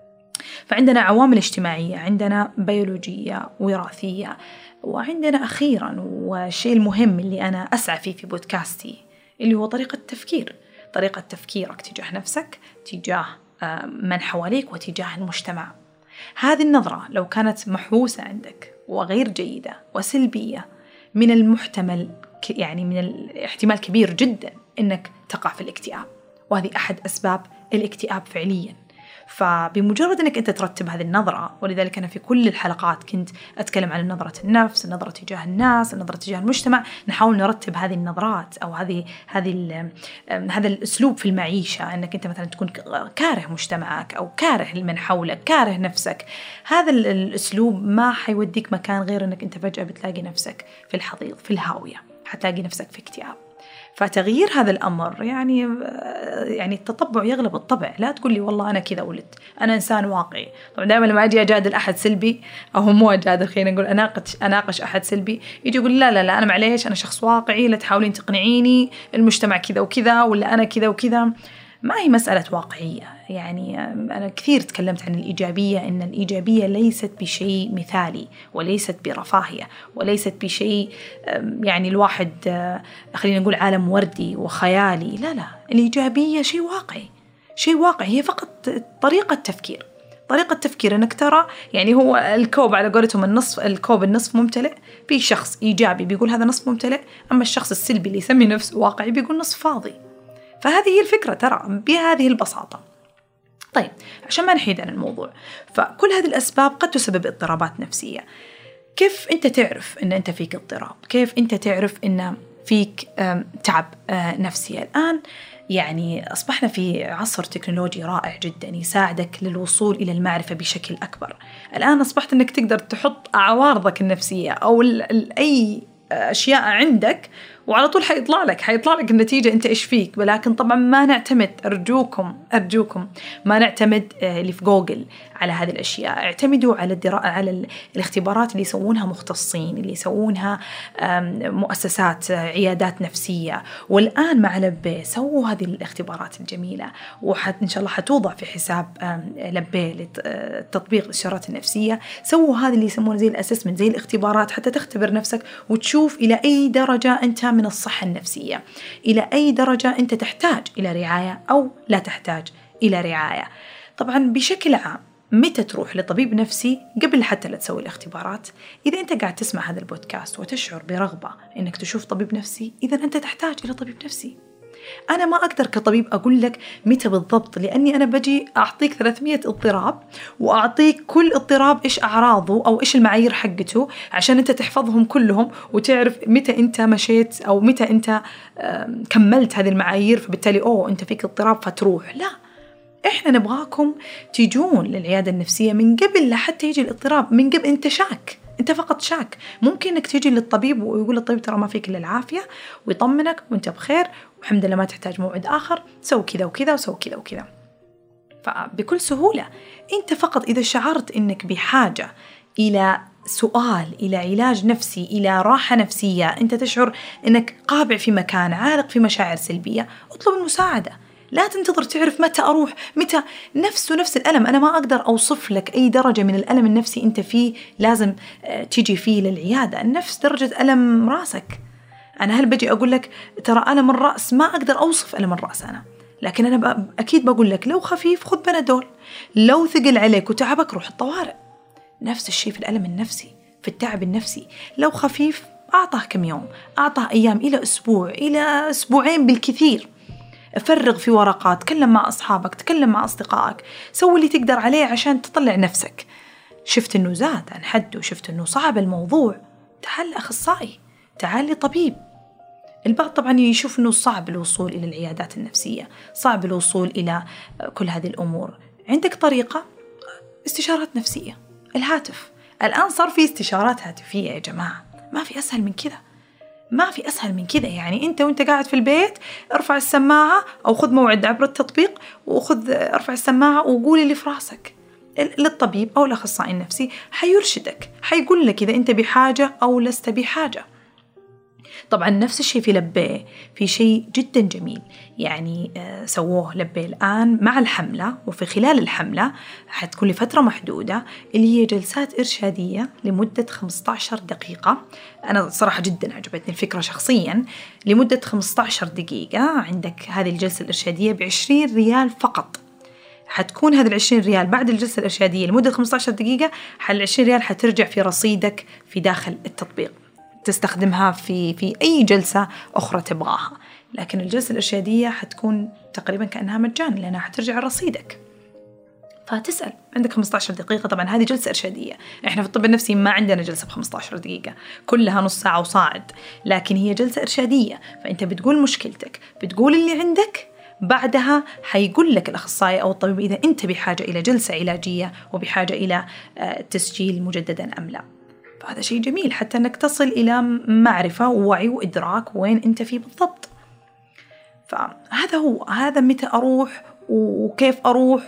فعندنا عوامل اجتماعية، عندنا بيولوجية، وراثية، وعندنا أخيراً والشيء المهم اللي أنا أسعى فيه في بودكاستي اللي هو طريقة تفكير، طريقة تفكيرك تجاه نفسك، تجاه من حواليك، وتجاه المجتمع. هذه النظرة لو كانت محوسة عندك وغير جيدة وسلبية، من المحتمل يعني من الاحتمال كبير جداً إنك تقع في الاكتئاب، وهذه أحد أسباب الاكتئاب فعلياً. فبمجرد أنك أنت ترتب هذه النظرة، ولذلك أنا في كل الحلقات كنت أتكلم عن نظرة النفس، النظرة تجاه الناس، النظرة تجاه المجتمع، نحاول نرتب هذه النظرات أو هذه هذه هذا الأسلوب في المعيشة، أنك أنت مثلا تكون كاره مجتمعك أو كاره من حولك، كاره نفسك. هذا الأسلوب ما حيوديك مكان غير أنك أنت فجأة بتلاقي نفسك في الحضيض، في الهاوية، حتلاقي نفسك في اكتئاب. فتغيير هذا الأمر يعني يعني التطبع يغلب الطبع. لا تقول لي والله أنا كذا ولدت، أنا إنسان واقعي. طبعا دائما لما أجي أجادل أحد سلبي، أو مو أجادل، خلينا نقول أناقش أناقش أحد سلبي، يجي يقول لا لا لا أنا معليش، أنا شخص واقعي، لا تحاولين تقنعيني، المجتمع كذا وكذا، ولا أنا كذا وكذا. ما هي مسألة واقعية. يعني أنا كثير تكلمت عن الإيجابية، إن الإيجابية ليست بشيء مثالي، وليست برفاهية، وليست بشيء يعني الواحد خلينا نقول عالم وردي وخيالي. لا لا، الإيجابية شيء واقعي، شيء واقعي. هي فقط طريقة تفكير، طريقة تفكير إنك ترى يعني هو الكوب على قولتهم النصف، الكوب النصف ممتلئ. في شخص إيجابي بيقول هذا نصف ممتلئ، أما الشخص السلبي اللي يسمي نفسه واقعي بيقول نصف فاضي. فهذه هي الفكرة ترى بهذه البساطة. طيب عشان ما نحيد عن الموضوع، فكل هذه الأسباب قد تسبب اضطرابات نفسية. كيف أنت تعرف أن أنت فيك اضطراب؟ كيف أنت تعرف أن فيك تعب نفسي؟ الآن يعني أصبحنا في عصر تكنولوجي رائع جدا يساعدك للوصول إلى المعرفة بشكل أكبر. الآن أصبحت أنك تقدر تحط أعوارضك النفسية أو أي أشياء عندك وعلى طول حيطلع لك حيطلع لك النتيجة أنت إيش فيك. ولكن طبعا ما نعتمد، أرجوكم أرجوكم ما نعتمد اللي في جوجل على هذه الأشياء. اعتمدوا على الدرا... على الاختبارات اللي يسوونها مختصين، اللي يسوونها مؤسسات عيادات نفسية. والآن مع لبي سووا هذه الاختبارات الجميلة، وحت إن شاء الله حتوضع في حساب لبي لتطبيق الاستشارات النفسية. سووا هذه اللي يسمونه زي الأسسمنت، زي الاختبارات، حتى تختبر نفسك وتشوف إلى أي درجة أنت من الصحة النفسية، إلى أي درجة أنت تحتاج إلى رعاية أو لا تحتاج إلى رعاية. طبعا بشكل عام متى تروح لطبيب نفسي قبل حتى لا تسوي الاختبارات؟ إذا أنت قاعد تسمع هذا البودكاست وتشعر برغبة إنك تشوف طبيب نفسي، إذا أنت تحتاج إلى طبيب نفسي. أنا ما أقدر كطبيب أقول لك متى بالضبط، لأني أنا بجي أعطيك ثلاثمية اضطراب وأعطيك كل اضطراب إيش أعراضه أو إيش المعايير حقته عشان أنت تحفظهم كلهم وتعرف متى أنت مشيت أو متى أنت كملت هذه المعايير، فبالتالي أوه أنت فيك اضطراب فتروح. لا، إحنا نبغاكم تيجون للعيادة النفسية من قبل لحتى يجي الاضطراب، من قبل أنت شاك، أنت فقط شاك. ممكن إنك تيجي للطبيب ويقول للطبيب ترى ما فيك إلا العافية ويطمنك وأنت بخير والحمد لله ما تحتاج موعد آخر، سو كذا وكذا وسو كذا وكذا. فبكل سهولة أنت فقط إذا شعرت إنك بحاجة إلى سؤال، إلى علاج نفسي، إلى راحة نفسية، أنت تشعر إنك قابع في مكان، عالق في مشاعر سلبية، اطلب المساعدة. لا تنتظر تعرف متى أروح، متى نفسه نفس الألم. أنا ما أقدر أوصف لك أي درجة من الألم النفسي أنت فيه لازم تيجي فيه للعيادة. نفس درجة ألم رأسك. أنا هل بجي أقول لك ترى ألم الرأس ما أقدر أوصف ألم الرأس أنا، لكن أنا أكيد بقول لك لو خفيف خذ بنادول، لو ثقل عليك وتعبك روح الطوارئ. نفس الشيء في الألم النفسي، في التعب النفسي. لو خفيف أعطاه كم يوم، أعطاه أيام إلى أسبوع إلى أسبوعين بالكثير. فرغ في ورقات، تكلم مع أصحابك، تكلم مع أصدقائك، سوي اللي تقدر عليه عشان تطلع نفسك. شفت أنه زاد عن حده، شفت أنه صعب الموضوع، تعال أخصائي، تعال لطبيب. البعض طبعا يشوف أنه صعب الوصول إلى العيادات النفسية، صعب الوصول إلى كل هذه الأمور. عندك طريقة، استشارات نفسية، الهاتف. الآن صار في استشارات هاتفية يا جماعة، ما في أسهل من كذا، ما في أسهل من كذا. يعني أنت وأنت قاعد في البيت ارفع السماعة أو خذ موعد عبر التطبيق وخذ ارفع السماعة وقول اللي في راسك للطبيب أو الأخصائي النفسي، حيرشدك، حيقول لك إذا أنت بحاجة أو لست بحاجة. طبعا نفس الشيء في لبي، في شيء جدا جميل يعني سووه لبي الآن مع الحملة، وفي خلال الحملة حتكون لفترة محدودة اللي هي جلسات إرشادية لمدة خمسة عشر دقيقة. أنا صراحة جدا عجبتني الفكرة شخصيا. لمدة خمسة عشر دقيقة عندك هذه الجلسة الإرشادية بعشرين ريال فقط. حتكون هذه العشرين ريال بعد الجلسة الإرشادية لمدة خمسة عشر دقيقة، العشرين ريال حترجع في رصيدك في داخل التطبيق، تستخدمها في في أي جلسة أخرى تبغاها. لكن الجلسة الإرشادية حتكون تقريبا كأنها مجان لأنها حترجع رصيدك. فتسأل عندك خمسة عشر دقيقة. طبعا هذه جلسة إرشادية، إحنا في الطب النفسي ما عندنا جلسة ب خمسة عشر دقيقة، كلها نص ساعة وصاعد، لكن هي جلسة إرشادية. فأنت بتقول مشكلتك، بتقول اللي عندك، بعدها حيقول لك الأخصائي أو الطبيب إذا أنت بحاجة إلى جلسة علاجية وبحاجة إلى تسجيل مجددا أم لا. فهذا شيء جميل حتى أنك تصل إلى معرفة ووعي وإدراك وين أنت فيه بالضبط. فهذا هو، هذا متى أروح وكيف أروح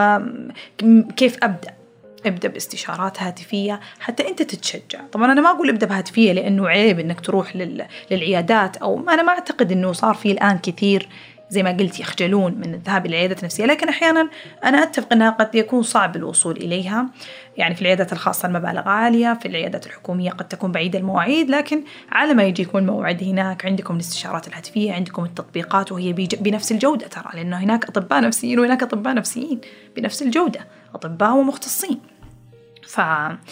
وكيف أبدأ. ابدأ باستشارات هاتفية حتى أنت تتشجع. طبعا أنا ما أقول ابدأ بهاتفية لأنه عيب أنك تروح للعيادات، أو أنا ما أعتقد أنه صار فيه الآن كثير زي ما قلت يخجلون من الذهاب إلى العيادات النفسية، لكن أحيانا أنا أتفق أنها قد يكون صعب الوصول إليها. يعني في العيادات الخاصة المبالغ عالية، في العيادات الحكومية قد تكون بعيدة المواعيد، لكن على ما يجي يكون موعد هناك عندكم الاستشارات الهاتفية، عندكم التطبيقات، وهي بنفس الجودة ترى، لأنه هناك أطباء نفسيين وهناك أطباء نفسيين بنفس الجودة، أطباء ومختصين. ف...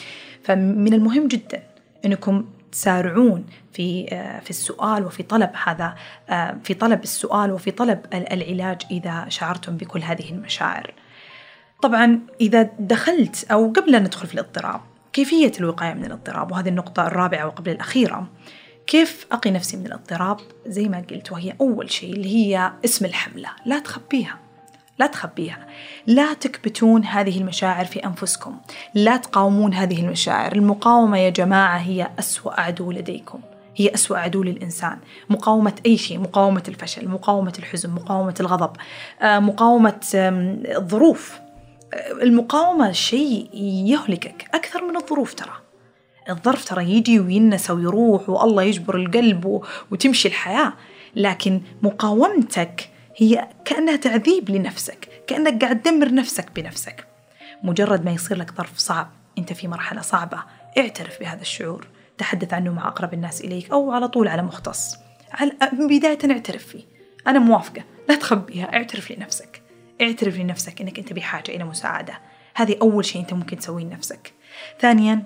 فمن المهم جدا أنكم تسارعون في في السؤال وفي طلب هذا، في طلب السؤال وفي طلب العلاج إذا شعرتم بكل هذه المشاعر. طبعا إذا دخلت أو قبل أن ندخل في الاضطراب، كيفية الوقاية من الاضطراب، وهذه النقطة الرابعة وقبل الأخيرة. كيف أقي نفسي من الاضطراب؟ زي ما قلت، وهي أول شيء اللي هي اسم الحملة، لا تخبيها، لا تخبيها، لا تكبتون هذه المشاعر في أنفسكم، لا تقاومون هذه المشاعر. المقاومة يا جماعة هي أسوأ عدو لديكم، هي أسوأ عدو للإنسان. مقاومة أي شيء، مقاومة الفشل، مقاومة الحزن، مقاومة الغضب، مقاومة الظروف. المقاومة شيء يهلكك أكثر من الظروف. ترى الظرف ترى يجي وينسى ويروح والله يجبر القلب وتمشي الحياة، لكن مقاومتك هي كأنها تعذيب لنفسك، كأنك قاعد تدمر نفسك بنفسك. مجرد ما يصير لك ظرف صعب، أنت في مرحلة صعبة، اعترف بهذا الشعور، تحدث عنه مع أقرب الناس إليك أو على طول على مختص. على بداية اعترف فيه، أنا موافقة، لا تخبيها، اعترف لنفسك، اعترف لنفسك أنك أنت بحاجة إلى مساعدة. هذه أول شيء أنت ممكن تسويه لنفسك. ثانيا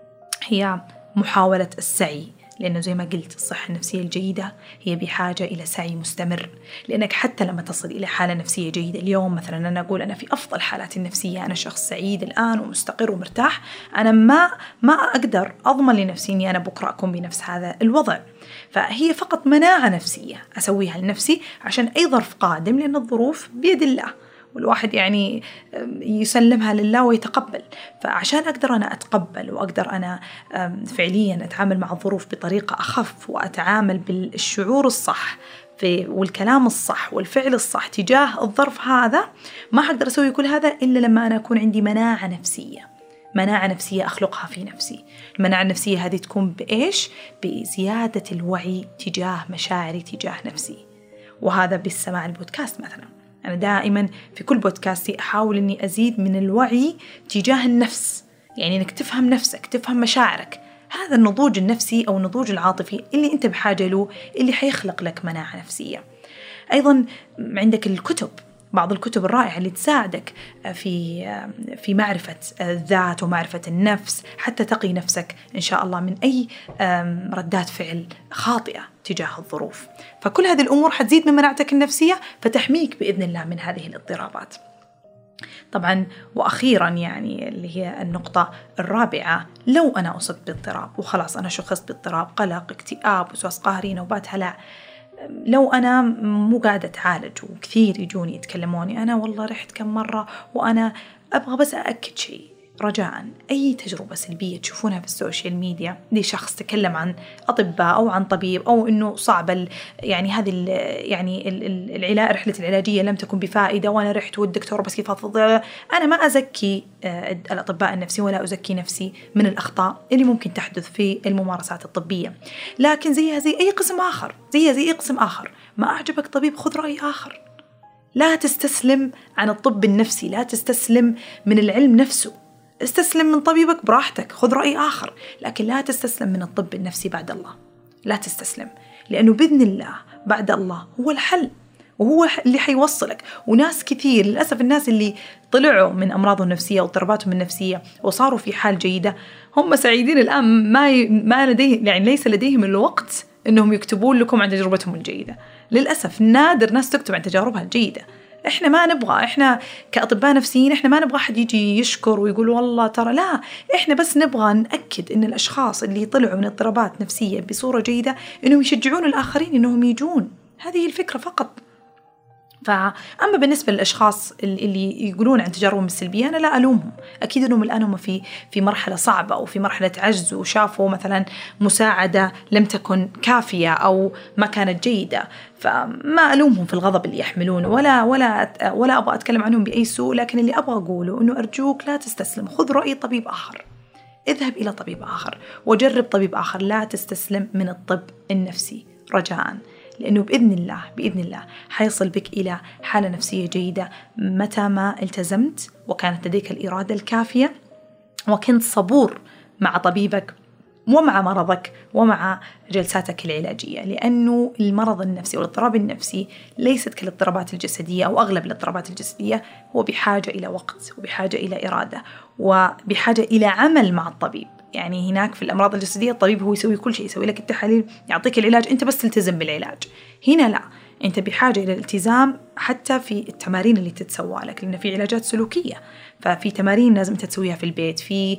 هي محاولة السعي، لأنه زي ما قلت الصحة النفسية الجيدة هي بحاجة إلى سعي مستمر، لأنك حتى لما تصل إلى حالة نفسية جيدة اليوم، مثلا أنا أقول أنا في أفضل حالاتي النفسية، أنا شخص سعيد الآن ومستقر ومرتاح، أنا ما ما أقدر أضمن لنفسي أني أنا بكرة أكون بنفس هذا الوضع. فهي فقط مناعة نفسية أسويها لنفسي عشان أي ظرف قادم، لأن الظروف بيد الله والواحد يعني يسلمها لله ويتقبل. فعشان أقدر أنا أتقبل وأقدر أنا فعليا أتعامل مع الظروف بطريقة أخف، وأتعامل بالشعور الصح في والكلام الصح والفعل الصح تجاه الظرف هذا، ما حقدر أسوي كل هذا إلا لما أنا أكون عندي مناعة نفسية، مناعة نفسية أخلقها في نفسي. المناعة النفسية هذه تكون بإيش؟ بزيادة الوعي تجاه مشاعري تجاه نفسي، وهذا بالسماع البودكاست مثلا. أنا دائما في كل بودكاستي أحاول أني أزيد من الوعي تجاه النفس، يعني أنك تفهم نفسك، تفهم مشاعرك. هذا النضوج النفسي أو النضوج العاطفي اللي أنت بحاجة له، اللي حيخلق لك مناعة نفسية. أيضا عندك الكتب، بعض الكتب الرائعة اللي تساعدك في في معرفة الذات ومعرفة النفس، حتى تقي نفسك إن شاء الله من أي ردات فعل خاطئة تجاه الظروف. فكل هذه الأمور حتزيد من مناعتك النفسية، فتحميك بإذن الله من هذه الاضطرابات. طبعا وأخيرا يعني اللي هي النقطة الرابعة، لو أنا أصبت باضطراب وخلاص أنا شخصت باضطراب، قلق، اكتئاب، وسواس قهري، نوبات هلع، لو أنا مو قاعدة أتعالج، وكثير يجوني يتكلموني أنا والله رحت كم مرة وأنا أبغى بس أأكد شيء، رجاءً أي تجربة سلبية تشوفونها في السوشيال ميديا دي شخص تكلم عن أطباء أو عن طبيب أو إنه صعب يعني هذه يعني العلاج رحلة العلاجية لم تكن بفائدة وأنا رحت والدكتور بس كيف أفضل، أنا ما أزكي الأطباء النفسيين ولا أزكي نفسي من الأخطاء اللي ممكن تحدث في الممارسات الطبية، لكن زيها زي أي قسم آخر، زيها زي أي قسم آخر، ما أعجبك طبيب خذ رأي آخر. لا تستسلم عن الطب النفسي، لا تستسلم من العلم نفسه، استسلم من طبيبك براحتك، خذ رأي آخر، لكن لا تستسلم من الطب النفسي بعد الله، لا تستسلم، لأنه بإذن الله بعد الله هو الحل وهو اللي حيوصلك. وناس كثير للأسف الناس اللي طلعوا من أمراضهم النفسية واضطراباتهم النفسية وصاروا في حال جيدة هم سعيدين الآن، ما ي... ما لديه يعني ليس لديهم الوقت إنهم يكتبون لكم عن تجربتهم الجيدة. للأسف نادر ناس تكتب عن تجاربها الجيدة، إحنا ما نبغى، إحنا كأطباء نفسيين إحنا ما نبغى حد يجي يشكر ويقول والله ترى، لا، إحنا بس نبغى نأكد إن الأشخاص اللي طلعوا من اضطرابات نفسية بصورة جيدة إنهم يشجعون الآخرين إنهم يجون. هذه الفكرة فقط. فأما بالنسبة للأشخاص اللي يقولون عن تجاربهم السلبية، أنا لا ألومهم، أكيد أنهم الآن هم في في مرحلة صعبة أو في مرحلة عجز، وشافوا مثلا مساعدة لم تكن كافية أو ما كانت جيدة، فما ألومهم في الغضب اللي يحملونه، ولا ولا ولا أبغى أتكلم عنهم بأي سوء. لكن اللي أبغى أقوله إنه أرجوك لا تستسلم، خذ رأي طبيب آخر، اذهب إلى طبيب آخر وجرب طبيب آخر، لا تستسلم من الطب النفسي رجاءً، لأنه بإذن الله بإذن الله حيصل بك إلى حالة نفسية جيدة متى ما التزمت وكانت لديك الإرادة الكافية وكنت صبور مع طبيبك ومع مرضك ومع جلساتك العلاجية. لأنه المرض النفسي والاضطراب النفسي ليست كالاضطرابات الجسدية أو أغلب الاضطرابات الجسدية، هو بحاجة إلى وقت وبحاجة إلى إرادة وبحاجة إلى عمل مع الطبيب. يعني هناك في الأمراض الجسدية الطبيب هو يسوي كل شيء، يسوي لك التحاليل، يعطيك العلاج، أنت بس تلتزم بالعلاج. هنا لا، أنت بحاجة إلى الالتزام حتى في التمارين اللي تتسوى لك، لأن في علاجات سلوكية، ففي تمارين لازم أنت تسويها في البيت، في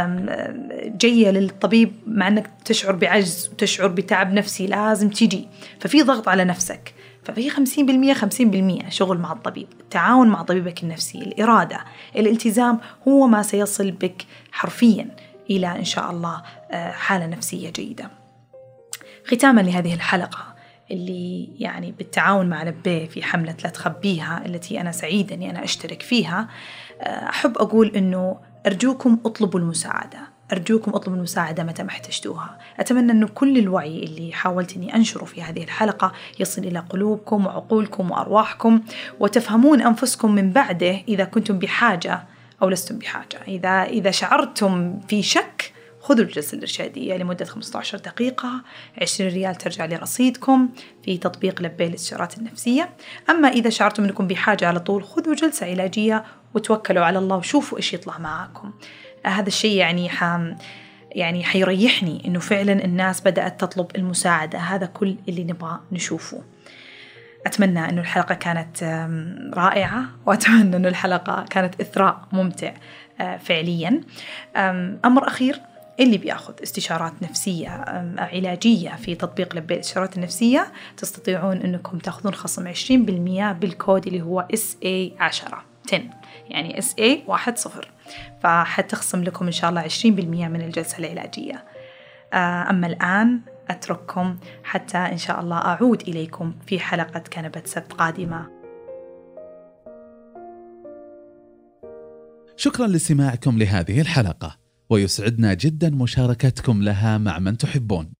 جاية للطبيب مع أنك تشعر بعجز وتشعر بتعب نفسي لازم تيجي، ففي ضغط على نفسك، ففي خمسين بالمية خمسين بالمية شغل مع الطبيب، التعاون مع طبيبك النفسي، الإرادة، الالتزام هو ما سيصل بك حرفياً إلى إن شاء الله حالة نفسية جيدة. ختاما لهذه الحلقة اللي يعني بالتعاون مع لبيه في حملة لا تخبيها التي أنا سعيدة أني أنا أشترك فيها، أحب أقول أنه أرجوكم اطلبوا المساعدة، أرجوكم اطلبوا المساعدة متى ما احتجتوها. أتمنى أنه كل الوعي اللي حاولت أني أنشره في هذه الحلقة يصل إلى قلوبكم وعقولكم وأرواحكم، وتفهمون أنفسكم من بعده إذا كنتم بحاجة أو لستم بحاجة. إذا إذا شعرتم في شك، خذوا الجلسة الإرشادية لمدة خمسة عشر دقيقة، عشرين ريال ترجع لرصيدكم في تطبيق لبيه للاستشارات النفسية. أما إذا شعرتم أنكم بحاجة على طول، خذوا جلسة علاجية وتوكلوا على الله وشوفوا إيش يطلع معاكم. هذا الشيء يعني حام يعني حيريحني إنه فعلا الناس بدأت تطلب المساعدة، هذا كل اللي نبغى نشوفه. أتمنى أن الحلقة كانت رائعة، وأتمنى أن الحلقة كانت إثراء ممتع فعليا. أمر أخير، اللي بياخذ استشارات نفسية علاجية في تطبيق لبيه الاستشارات النفسية تستطيعون أنكم تأخذون خصم عشرين بالمئة بالكود اللي هو إس إيه عشرة عشرة، يعني إس إيه واحد صفر، فحتخصم لكم إن شاء الله عشرين بالمئة من الجلسة العلاجية. أما الآن أترككم حتى إن شاء الله أعود إليكم في حلقة كنبة سبت قادمة. شكرا لاستماعكم لهذه الحلقة، ويسعدنا جدا مشاركتكم لها مع من تحبون.